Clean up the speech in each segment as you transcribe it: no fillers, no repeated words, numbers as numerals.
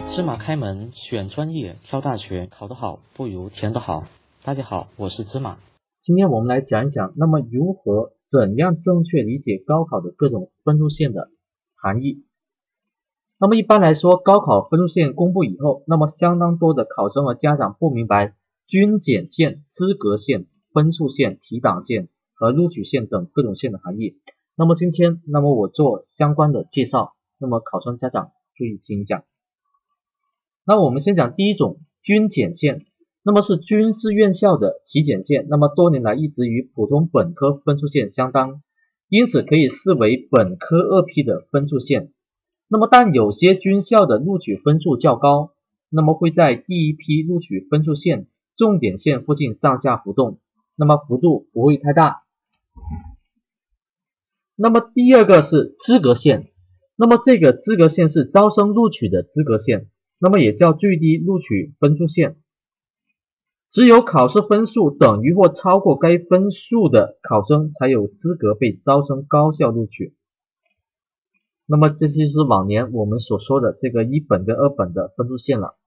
芝麻开门，选专业，挑大学，考得好不如填得好。大家好，我是芝麻。 今天我们来讲一讲，那么怎样正确理解高考的各种分数线的含义。那么一般来说，高考分数线公布以后，那么相当多的考生和家长不明白均检线、资格线、分数线、提档线和录取线等各种线的含义。那么今天，我做相关的介绍，那么考生家长注意听讲。那我们先讲第一种均检线，那么是均是院校的体检线，那么多年来一直与普通本科分数线相当，因此可以视为本科2批的分数线。那么但有些军校的录取分数较高，那么会在第一批录取分数线重点线附近上下浮动，那么幅度不会太大。那么第二个是资格线，那么这个资格线是招生录取的资格线，那么也叫最低录取分数线。只有考试分数等于或超过该分数的考生才有资格被招生高校录取。那么这就是往年我们所说的这个1本跟2本的分数线了。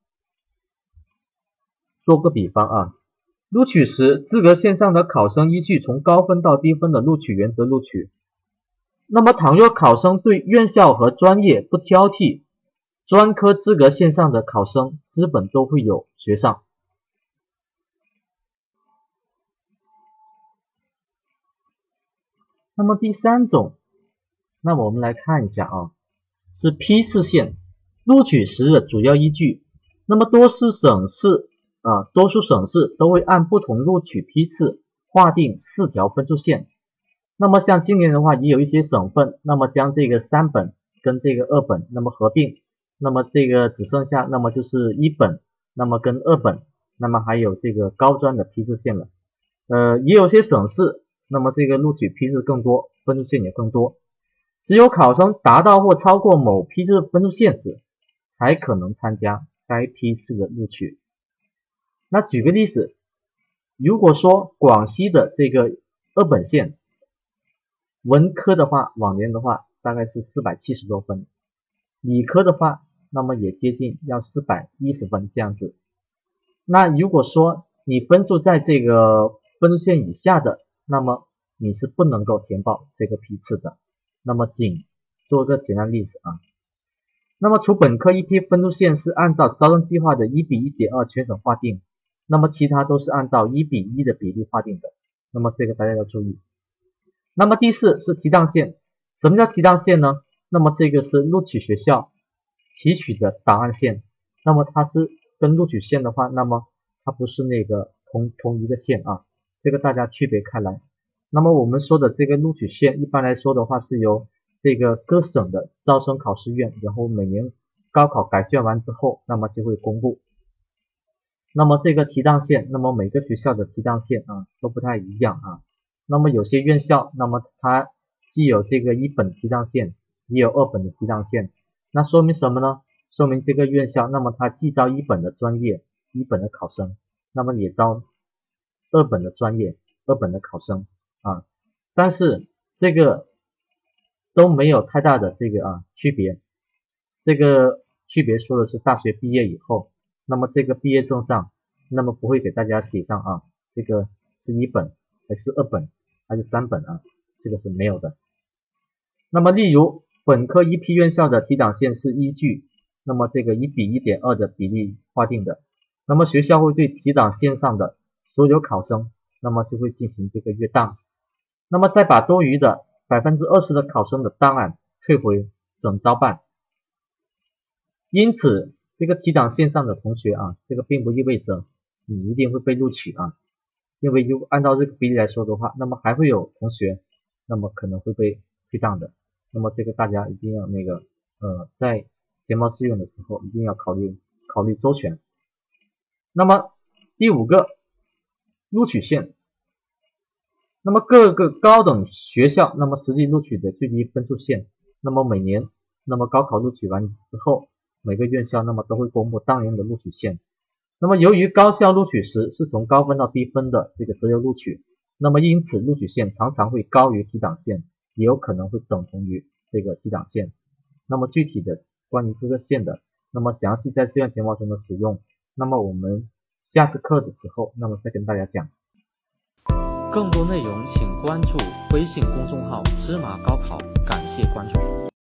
做个比方啊，录取时资格线上的考生依据从高分到低分的录取原则录取。那么倘若考生对院校和专业不挑剔，专科资格线上的考生基本都会有学上。那么第三种，那我们来看一下啊，是批次线，录取时的主要依据。那么多数省市都会按不同录取批次划定4条分数线。那么像今年的话，也有一些省份，那么将这个3本跟这个2本那么合并，那么这个只剩下那么就是1本，那么跟2本，那么还有这个高专的批次线了。也有些省市，那么这个录取批次更多，分数线也更多。只有考生达到或超过某批次分数线时，才可能参加该批次的录取。那举个例子，如果说广西的这个2本线，文科的话，往年的话大概是470多分，理科的话，那么也接近要410分这样子。那如果说你分数在这个分数线以下的，那么你是不能够填报这个批次的。那么仅做个简单例子啊。那么除本科1批分数线是按照招生计划的1:1.2全省划定，那么其他都是按照1:1的比例划定的。那么这个大家要注意。那么第4是提档线。什么叫提档线呢？那么这个是录取学校提取的档案线，那么它是跟录取线的话，那么它不是那个同一个线啊，这个大家区别开来。那么我们说的这个录取线，一般来说的话是由这个各省的招生考试院，然后每年高考改卷完之后，那么就会公布。那么这个提档线，那么每个学校的提档线啊都不太一样啊。那么有些院校，那么它既有这个1本提档线，也有2本的提档线。那说明什么呢？说明这个院校，那么它既招1本的专业1本的考生，那么也招2本的专业2本的考生啊。但是这个都没有太大的这个区别。这个区别说的是大学毕业以后，那么这个毕业证上，那么不会给大家写上啊，这个是1本还是2本还是3本啊，这个是没有的。那么例如本科1批院校的提档线是依据那么这个1:1.2的比例划定的，那么学校会对提档线上的所有考生，那么就会进行这个阅档，那么再把多余的20%的考生的档案退回整招办。因此这个提档线上的同学啊，这个并不意味着你一定会被录取啊，因为如果按照这个比例来说的话，那么还会有同学那么可能会被退档的。那么这个大家一定要在填报志愿的时候一定要考虑周全。那么第5个录取线，那么各个高等学校那么实际录取的最低分数线，那么每年那么高考录取完之后，每个院校那么都会公布当年的录取线。那么由于高校录取时是从高分到低分的这个择优录取，那么因此录取线常常会高于提档线，也有可能会等同于这个提档线。那么具体的关于各个线的那么详细在志愿填报中的使用，那么我们下次课的时候，那么再跟大家讲。 更多内容请关注微信公众号芝麻高考，感谢关注。